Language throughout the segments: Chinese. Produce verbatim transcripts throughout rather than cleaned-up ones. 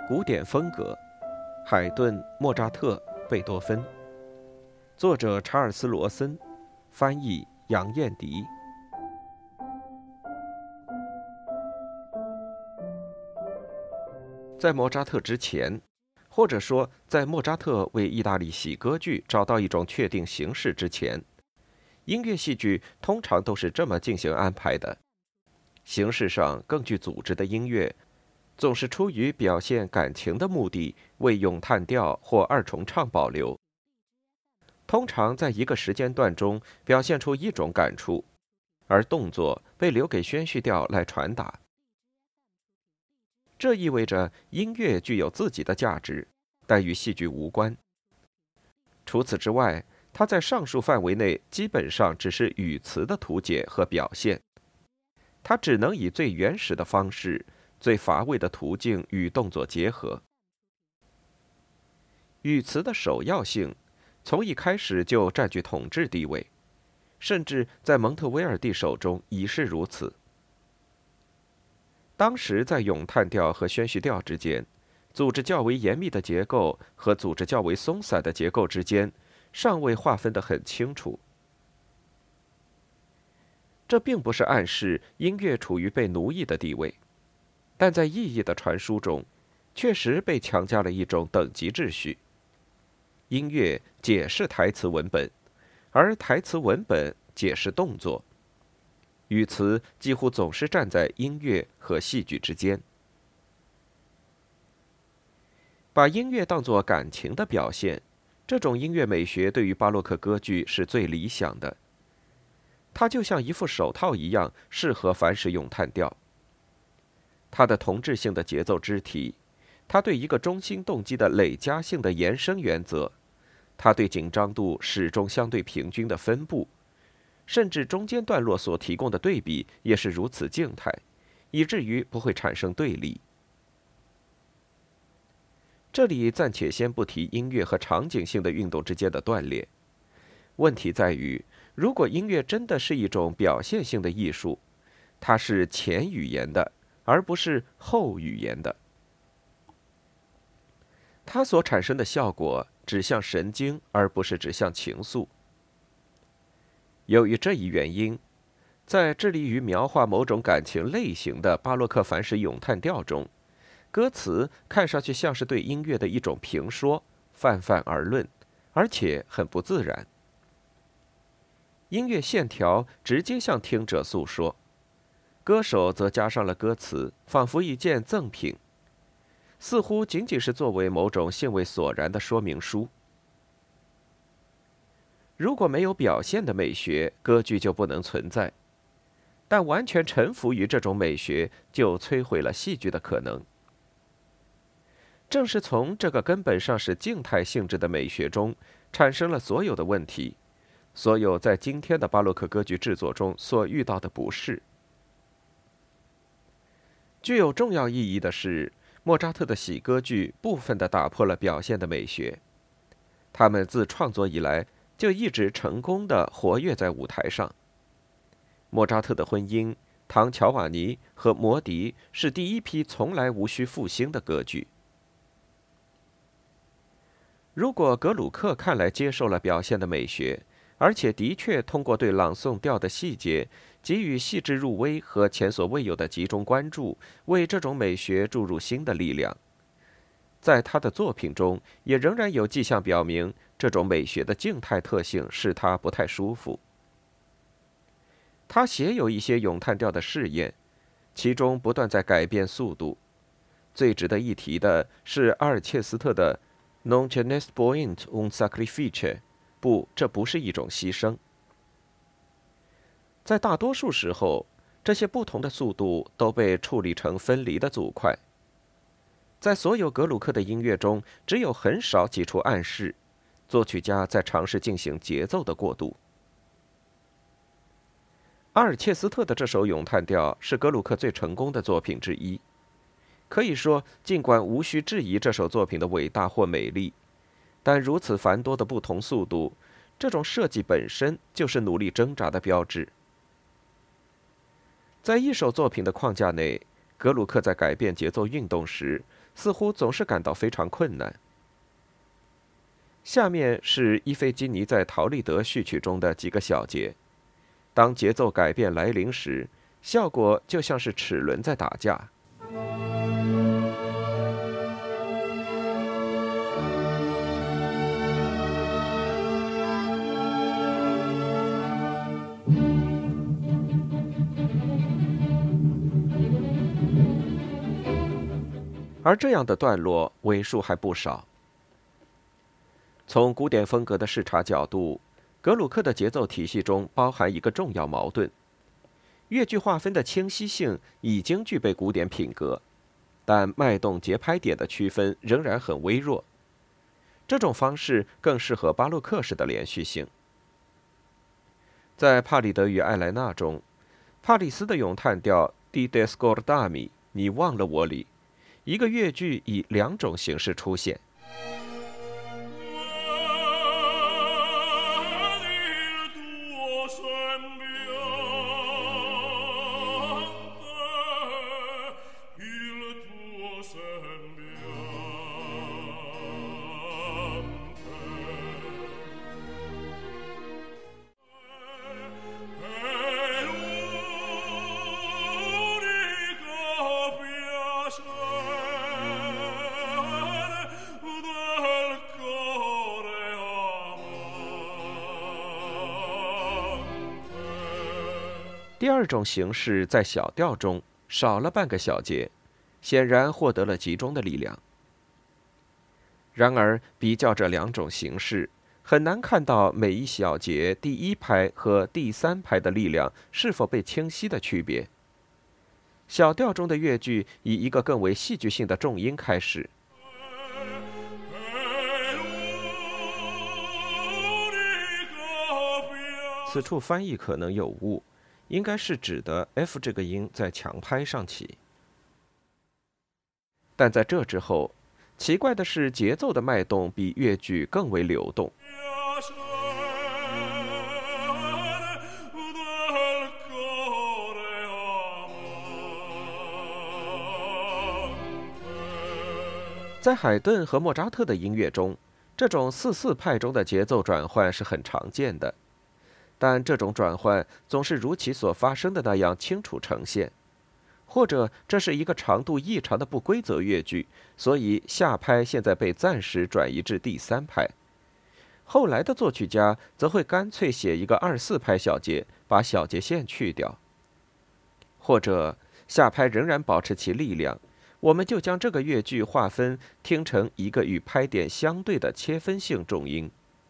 古典风格，海顿、莫扎特、贝多芬。作者查尔斯·罗森，翻译杨燕迪。在莫扎特之前，或者说在莫扎特为意大利喜歌剧找到一种确定形式之前，音乐戏剧通常都是这么进行安排的：形式上更具组织的音乐，总是出于表现感情的目的，为咏叹调或二重唱保留。通常在一个时间段中表现出一种感触，而动作被留给宣叙调来传达。这意味着音乐具有自己的价值，但与戏剧无关。除此之外，它在上述范围内基本上只是语词的图解和表现，它只能以最原始的方式、最乏味的途径与动作结合。语词的首要性从一开始就占据统治地位，甚至在蒙特威尔第手中已是如此。当时在咏叹调和宣叙调之间，组织较为严密的结构和组织较为松散的结构之间尚未划分得很清楚。这并不是暗示音乐处于被奴役的地位，但在意义的传输中，确实被强加了一种等级秩序。音乐解释台词文本，而台词文本解释动作。语词几乎总是站在音乐和戏剧之间。把音乐当作感情的表现，这种音乐美学对于巴洛克歌剧是最理想的。它就像一副手套一样，适合凡是咏叹调。它的同质性的节奏肢体，它对一个中心动机的累加性的延伸原则，它对紧张度始终相对平均的分布，甚至中间段落所提供的对比也是如此静态，以至于不会产生对立。这里暂且先不提音乐和场景性的运动之间的断裂。问题在于，如果音乐真的是一种表现性的艺术，它是前语言的，而不是后语言的。它所产生的效果指向神经，而不是指向情愫。由于这一原因，在致力于描画某种感情类型的巴洛克凡是咏叹调中，歌词看上去像是对音乐的一种评说，泛泛而论，而且很不自然。音乐线条直接向听者诉说，歌手则加上了歌词，仿佛一件赠品，似乎仅仅是作为某种兴味索然的说明书。如果没有表现的美学，歌剧就不能存在；但完全臣服于这种美学，就摧毁了戏剧的可能。正是从这个根本上是静态性质的美学中，产生了所有的问题，所有在今天的巴洛克歌剧制作中所遇到的不适。具有重要意义的是，莫扎特的喜歌剧部分地打破了表现的美学，他们自创作以来就一直成功地活跃在舞台上。莫扎特的婚姻、唐乔瓦尼和魔笛是第一批从来无需复兴的歌剧。如果格鲁克看来接受了表现的美学，而且的确通过对朗诵调的细节给予细致入微和前所未有的集中关注，为这种美学注入新的力量，在他的作品中也仍然有迹象表明，这种美学的静态特性使他不太舒服。他写有一些咏叹调的试验，其中不断在改变速度。最值得一提的是阿尔切斯特的 Non ce n'est point un sacrifice， 不，这不是一种牺牲。在大多数时候，这些不同的速度都被处理成分离的组块。在所有格鲁克的音乐中，只有很少几处暗示，作曲家在尝试进行节奏的过渡。阿尔切斯特的这首咏叹调是格鲁克最成功的作品之一。可以说，尽管无需质疑这首作品的伟大或美丽，但如此繁多的不同速度，这种设计本身就是努力挣扎的标志。在一首作品的框架内， 格鲁克在改变节奏运动时，似乎总是感到非常困难。下面是伊菲基尼在陶丽德序曲中的几个小节，当节奏改变来临时，效果就像是齿轮在打架。而这样的段落为数还不少。从古典风格的视察角度，格鲁克的节奏体系中包含一个重要矛盾：乐句划分的清晰性已经具备古典品格，但脉动节拍点的区分仍然很微弱。这种方式更适合巴洛克式的连续性。在帕里德与艾莱纳中，帕里斯的咏叹调 Ti descordami 你忘了我里，一个乐句以两种形式出现。第二种形式在小调中少了半个小节，显然获得了集中的力量。然而，比较这两种形式，很难看到每一小节第一拍和第三拍的力量是否被清晰的区别。小调中的乐句以一个更为戏剧性的重音开始。此处翻译可能有误，应该是指的 F 这个音在强拍上起。但在这之后，奇怪的是，节奏的脉动比乐句更为流动。在海顿和莫扎特的音乐中，这种四四拍中的节奏转换是很常见的，但这种转换总是如其所发生的那样清楚呈现，或者这是一个长度异常的不规则乐句，所以下拍现在被暂时转移至第三拍。后来的作曲家则会干脆写一个二四拍小节，把小节线去掉，或者下拍仍然保持其力量，我们就将这个乐句划分听成一个与拍点相对的切分性重音。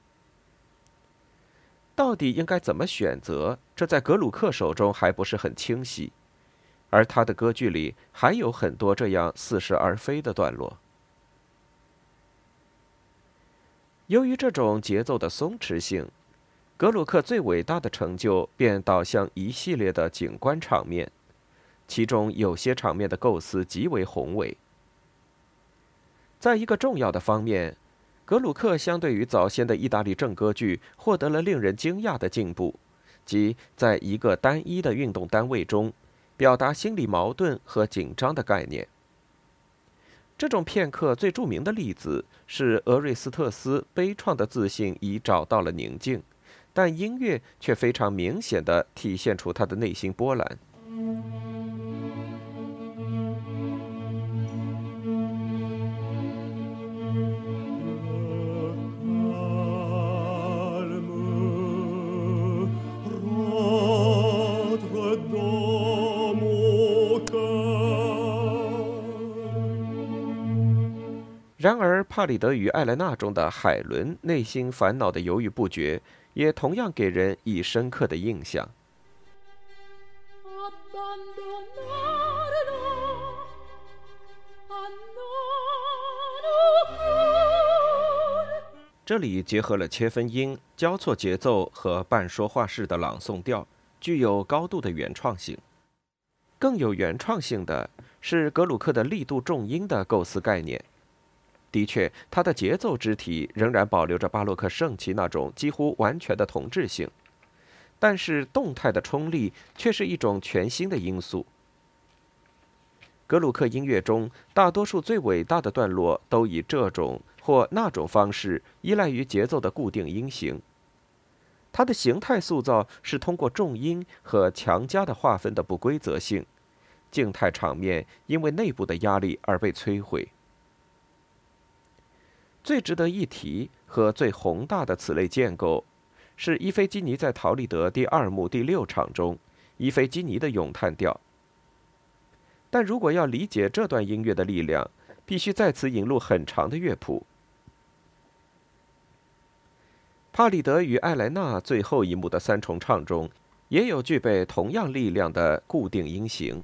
到底应该怎么选择，这在格鲁克手中还不是很清晰，而他的歌剧里还有很多这样似是而非的段落。由于这种节奏的松弛性，格鲁克最伟大的成就便导向一系列的景观场面，其中有些场面的构思极为宏伟。在一个重要的方面，格鲁克相对于早先的意大利正歌剧获得了令人惊讶的进步，即在一个单一的运动单位中表达心理矛盾和紧张的概念。这种片刻最著名的例子是俄瑞斯特斯悲怆的自信已找到了宁静，但音乐却非常明显地体现出他的内心波澜。然而，帕里德与艾莱纳中的海伦内心烦恼的犹豫不决，也同样给人以深刻的印象。这里结合了切分音、交错节奏和半说话式的朗诵调，具有高度的原创性。更有原创性的是格鲁克的力度重音的构思概念。的确，它的节奏肢体仍然保留着巴洛克盛期那种几乎完全的同质性，但是动态的冲力却是一种全新的因素。 格鲁克音乐中大多数最伟大的段落都以这种或那种方式依赖于节奏的固定音型。它的形态塑造是通过重音和强加的划分的不规则性，静态场面因为内部的压力而被摧毁。最值得一提和最宏大的此类建构，是伊菲基尼在陶丽德第二幕第六场中伊菲基尼的咏叹调。但如果要理解这段音乐的力量，必须在此引入很长的乐谱。帕里德与艾莱娜最后一幕的三重唱中，也有具备同样力量的固定音型。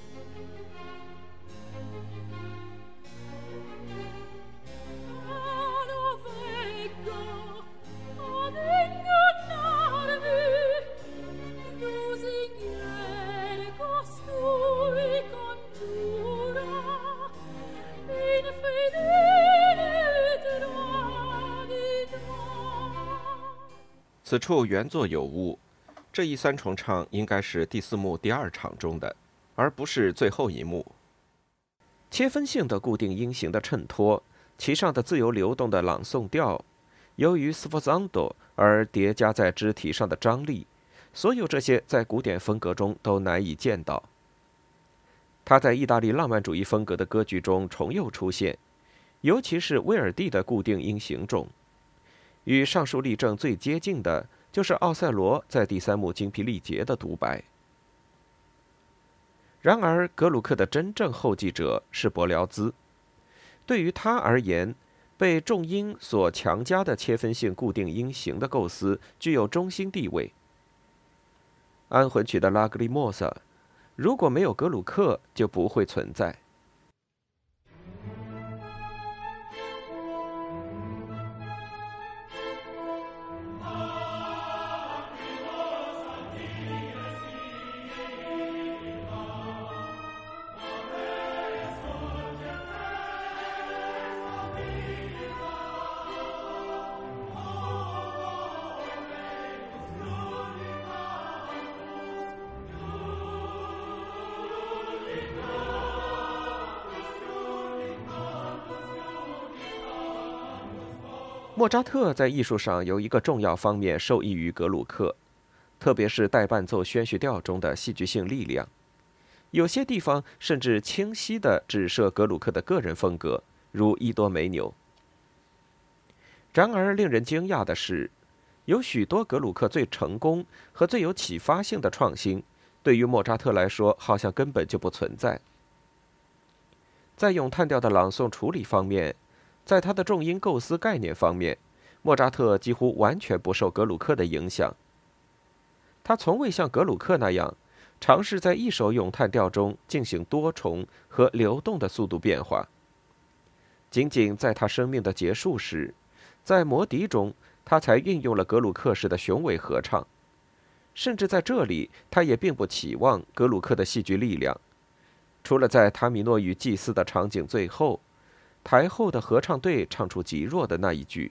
此处原作有误，这一三重唱应该是第四幕第二场中的，而不是最后一幕。切分性的固定音型的衬托，其上的自由流动的朗诵调，由于 sforzando 而叠加在肢体上的张力，所有这些在古典风格中都难以见到。它在意大利浪漫主义风格的歌剧中重又出现，尤其是威尔第的固定音型中。与上述例证最接近的就是奥赛罗在第三幕精疲力竭的独白。然而，格鲁克的真正后继者是柏辽兹。对于他而言，被重音所强加的切分性固定音型的构思具有中心地位。安魂曲的拉格里莫萨，如果没有格鲁克，就不会存在。莫扎特在艺术上有一个重要方面受益于格鲁克，特别是带伴奏宣叙调中的戏剧性力量。有些地方甚至清晰地指涉格鲁克的个人风格，如伊多梅纽。然而，令人惊讶的是，有许多格鲁克最成功和最有启发性的创新，对于莫扎特来说好像根本就不存在。在咏叹调的朗诵处理方面，在他的重音构思概念方面，莫扎特几乎完全不受格鲁克的影响。他从未像格鲁克那样尝试在一首咏叹调中进行多重和流动的速度变化。仅仅在他生命的结束时，在《魔笛》中，他才运用了格鲁克式的雄伟合唱。甚至在这里，他也并不期望格鲁克的戏剧力量，除了在塔米诺与祭司的场景最后，台后的合唱队唱出极弱的那一句。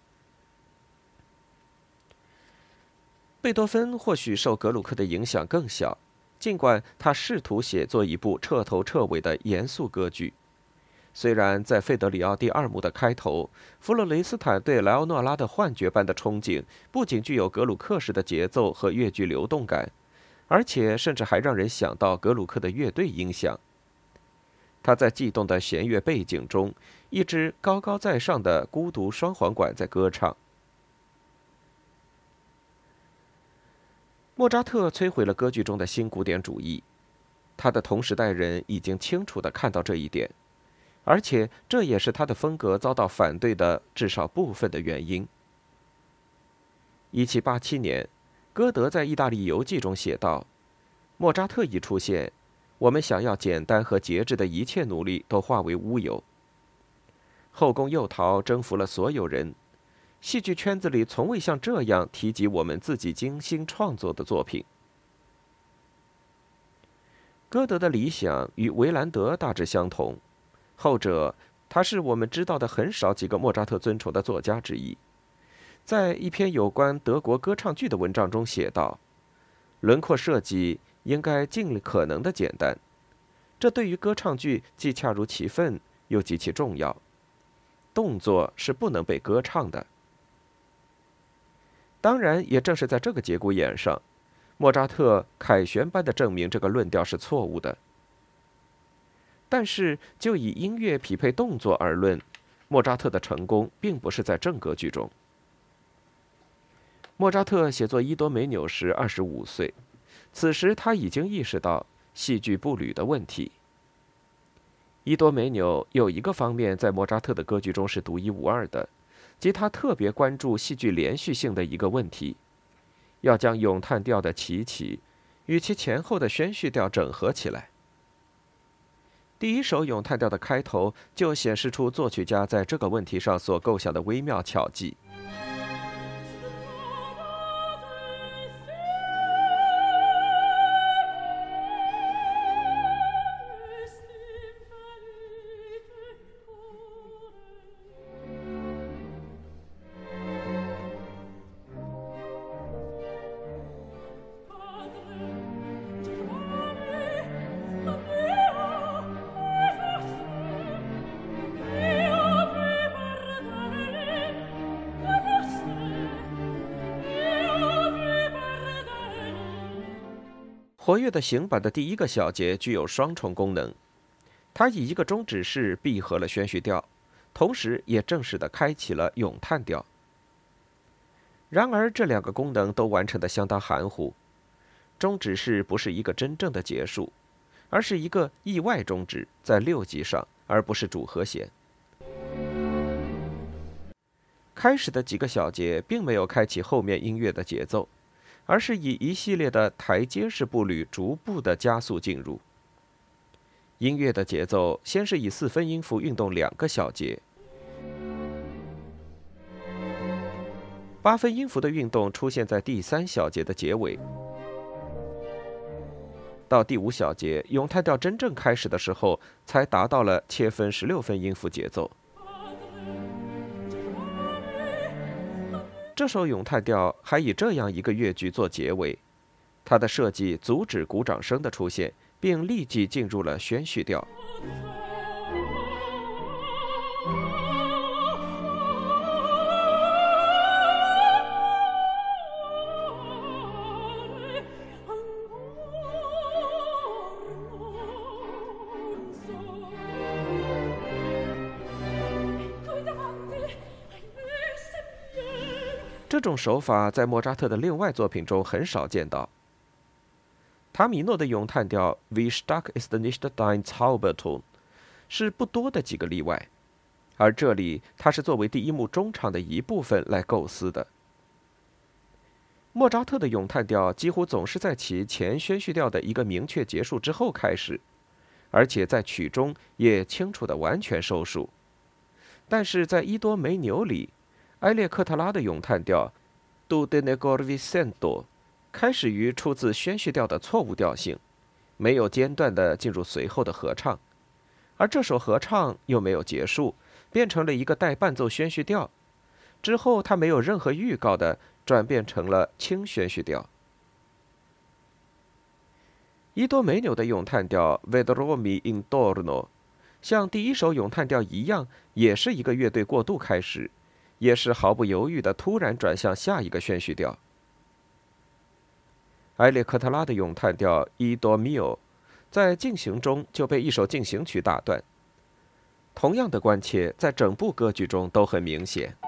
贝多芬或许受格鲁克的影响更小，尽管他试图写作一部彻头彻尾的严肃歌剧。虽然在费德里奥第二幕的开头，弗洛雷斯坦对莱奥诺拉的幻觉般的憧憬不仅具有格鲁克式的节奏和乐句流动感，而且甚至还让人想到格鲁克的乐队音响。他在悸动的弦乐背景中，一支高高在上的孤独双簧管在歌唱。莫扎特摧毁了歌剧中的新古典主义，他的同时代人已经清楚地看到这一点，而且这也是他的风格遭到反对的至少部分的原因。一七八七年，歌德在意大利游记中写道：“莫扎特一出现，我们想要简单和节制的一切努力都化为乌有。后宫诱逃征服了所有人，戏剧圈子里从未像这样提及我们自己精心创作的作品。”歌德的理想与维兰德大致相同，后者他是我们知道的很少几个莫扎特尊崇的作家之一。在一篇有关德国歌唱剧的文章中写道：“轮廓设计应该尽可能的简单， 这对于歌唱剧既恰如其分，又极其重要。动作是不能被歌唱的。当然，也正是在这个节骨眼上，莫扎特凯旋般地证明这个论调是错误的。但是，就以音乐匹配动作而论，莫扎特的成功并不是在正歌剧中。莫扎特写作《伊多美纽》时二十五岁，此时他已经意识到戏剧步履的问题。伊多美纽有一个方面在莫扎特的歌剧中是独一无二的，即他特别关注戏剧连续性的一个问题，要将咏叹调的起起与其前后的宣叙调整合起来。第一首咏叹调的开头就显示出作曲家在这个问题上所构想的微妙巧计。活跃的行板的第一个小节具有双重功能，它以一个中指式闭合了宣叙调，同时也正式地开启了咏叹调。然而，这两个功能都完成得相当含糊。中指式不是一个真正的结束，而是一个意外中指，在六级上，而不是主和弦。开始的几个小节并没有开启后面音乐的节奏，而是以一系列的台阶式步履逐步的加速进入。音乐的节奏先是以四分音符运动两个小节，八分音符的运动出现在第三小节的结尾。到第五小节，咏叹调真正开始的时候，才达到了切分十六分音符节奏。这首咏叹调还以这样一个乐句做结尾，它的设计阻止鼓掌声的出现，并立即进入了宣叙调。这种手法在莫扎特的另外作品中很少见到。塔米诺的咏叹调 Wie stark ist nicht dein Zauberton 是不多的几个例外，而这里它是作为第一幕中场的一部分来构思的。莫扎特的咏叹调几乎总是在其前宣叙调的一个明确结束之后开始，而且在曲中也清楚地完全收束。但是在伊多梅纽里，埃列克特拉的咏叹调 Do de negor Vicento 开始于出自宣叙调的错误调性，没有间断地进入随后的合唱，而这首合唱又没有结束，变成了一个带伴奏宣叙调，之后它没有任何预告的转变成了轻宣叙调。伊多梅纽的咏叹调 Vedromi in Dorno 像第一首咏叹调一样，也是一个乐队过渡开始，也是毫不犹豫地突然转向下一个宣叙调。埃列克特拉的咏叹调伊多米欧在进行中就被一首进行曲打断，同样的关切在整部歌剧中都很明显。